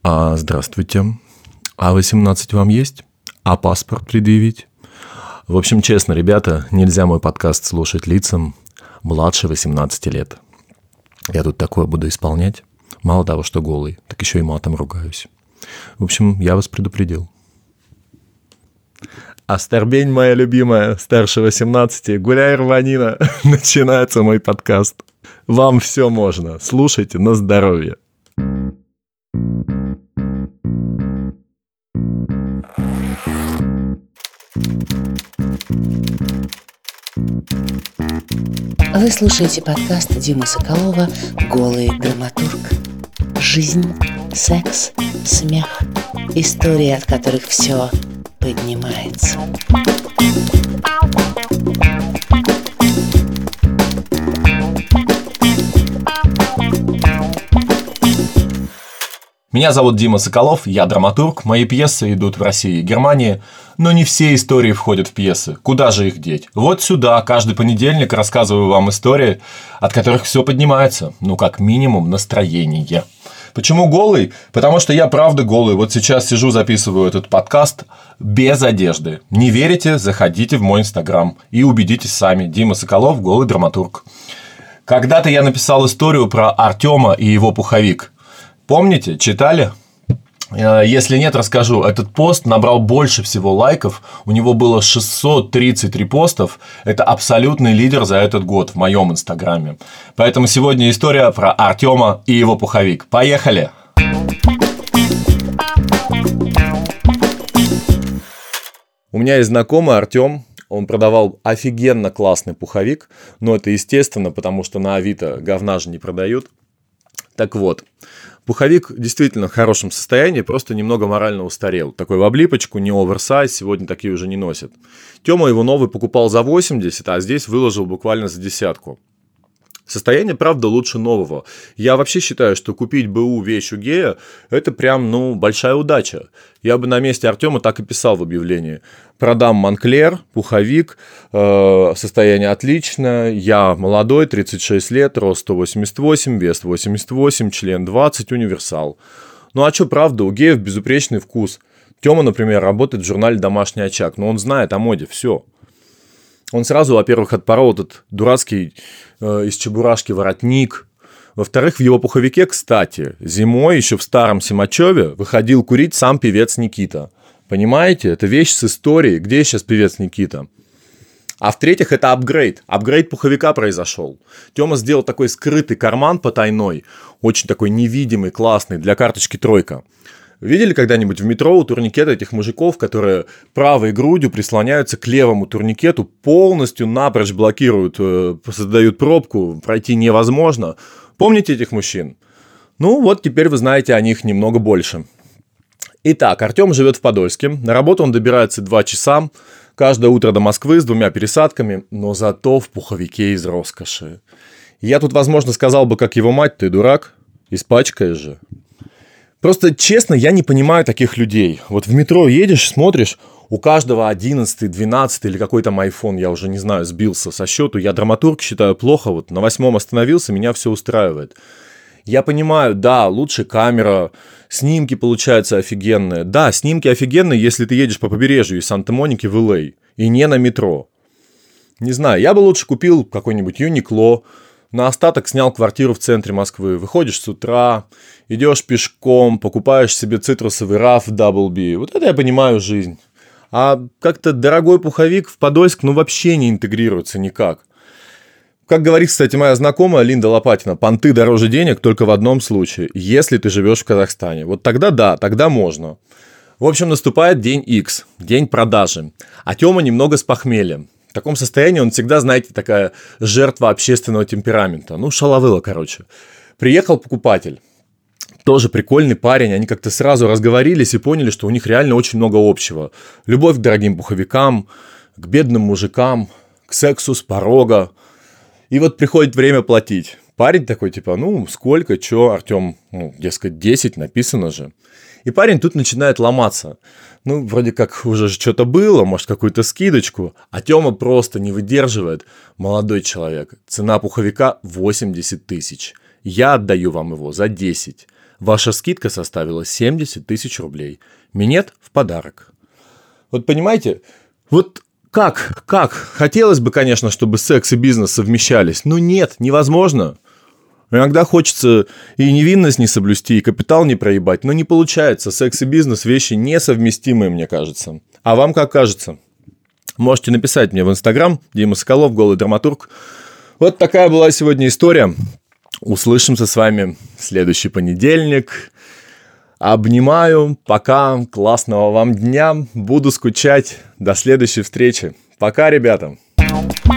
Здравствуйте. 18 вам есть? А паспорт предъявить? В общем, честно, ребята, нельзя мой подкаст слушать лицам младше 18 лет. Я тут такое буду исполнять. Мало того, что голый, так еще и матом ругаюсь. В общем, я вас предупредил. Астербень, моя любимая, старше 18, гуляй, рванина. Начинается мой подкаст. Вам все можно. Слушайте на здоровье. Вы слушаете подкаст Димы Соколова «Голый драматург». Жизнь, секс, смех, истории, от которых все поднимается. Меня зовут Дима Соколов, я драматург, мои пьесы идут в России и Германии, но не все истории входят в пьесы. Куда же их деть? Вот сюда каждый понедельник рассказываю вам истории, от которых все поднимается, как минимум настроение. Почему голый? Потому что я правда голый. Вот сейчас сижу, записываю этот подкаст без одежды. Не верите? Заходите в мой инстаграм и убедитесь сами. Дима Соколов, голый драматург. Когда-то я написал историю про Артема и его пуховик. Помните? Читали? Если нет, расскажу. Этот пост набрал больше всего лайков. У него было 630 репостов. Это абсолютный лидер за этот год в моем инстаграме. Поэтому сегодня история про Артема и его пуховик. Поехали! У меня есть знакомый Артем. Он продавал офигенно классный пуховик. Но это естественно, потому что на Авито говна же не продают. Так вот, пуховик действительно в хорошем состоянии, просто немного морально устарел. Такой в облипочку, не оверсайз, сегодня такие уже не носят. Тёма его новый покупал за 80, а здесь выложил буквально за 10. Состояние, правда, лучше нового. Я вообще считаю, что купить БУ вещь у гея – это прям, большая удача. Я бы на месте Артема так и писал в объявлении. Продам Монклер, пуховик, состояние отличное, я молодой, 36 лет, рост 188, вес 88, член 20, универсал. А что, правда, у геев безупречный вкус. Тёма, например, работает в журнале «Домашний очаг», но он знает о моде все. Он сразу, во-первых, отпорол этот дурацкий из чебурашки воротник. Во-вторых, в его пуховике, кстати, зимой еще в старом Симачеве выходил курить сам певец Никита. Понимаете? Это вещь с историей. Где сейчас певец Никита? А в-третьих, это апгрейд. Апгрейд пуховика произошел. Тёма сделал такой скрытый карман потайной, очень такой невидимый, классный, для карточки «Тройка». Видели когда-нибудь в метро у турникета этих мужиков, которые правой грудью прислоняются к левому турникету, полностью напрочь блокируют, создают пробку, пройти невозможно? Помните этих мужчин? Вот теперь вы знаете о них немного больше. Итак, Артем живет в Подольске. На работу он добирается 2 часа. Каждое утро до Москвы с 2 пересадками, но зато в пуховике из роскоши. Я тут, возможно, сказал бы, как его мать: ты дурак, испачкаешь же. Просто, честно, я не понимаю таких людей. Вот в метро едешь, смотришь, у каждого 11, 12 или какой там iPhone, я уже не знаю, сбился со счету. Я драматург, считаю плохо, вот на 8 остановился, меня все устраивает. Я понимаю, да, лучше камера, снимки получаются офигенные. Да, снимки офигенные, если ты едешь по побережью из Санта-Моники в Л.А. и не на метро. Не знаю, я бы лучше купил какой-нибудь Юникло, на остаток снял квартиру в центре Москвы. Выходишь с утра, идешь пешком, покупаешь себе цитрусовый раф в Double B. Вот это я понимаю жизнь. А как-то дорогой пуховик в Подольск вообще не интегрируется никак. Как говорит, кстати, моя знакомая Линда Лопатина, понты дороже денег только в одном случае, если ты живешь в Казахстане. Вот тогда да, тогда можно. В общем, наступает день X, день продажи. А Тёма немного с похмельем. В таком состоянии он всегда, знаете, такая жертва общественного темперамента. Шаловыла, короче. Приехал покупатель. Тоже прикольный парень. Они как-то сразу разговорились и поняли, что у них реально очень много общего. Любовь к дорогим пуховикам, к бедным мужикам, к сексу с порога. И вот приходит время платить. Парень такой, сколько, чё, Артём, дескать, 10, написано же. И парень тут начинает ломаться. Вроде как уже что-то было, может, какую-то скидочку. А Тёма просто не выдерживает. Молодой человек, цена пуховика 80 тысяч. Я отдаю вам его за 10. Ваша скидка составила 70 тысяч рублей. Минет в подарок. Вот понимаете, вот как? Хотелось бы, конечно, чтобы секс и бизнес совмещались, но нет, невозможно. Иногда хочется и невинность не соблюсти, и капитал не проебать, но не получается. Секс и бизнес – вещи несовместимые, мне кажется. А вам как кажется? Можете написать мне в Инстаграм, Дима Соколов, голый драматург. Вот такая была сегодня история. Услышимся с вами в следующий понедельник. Обнимаю. Пока. Классного вам дня. Буду скучать. До следующей встречи. Пока, ребята.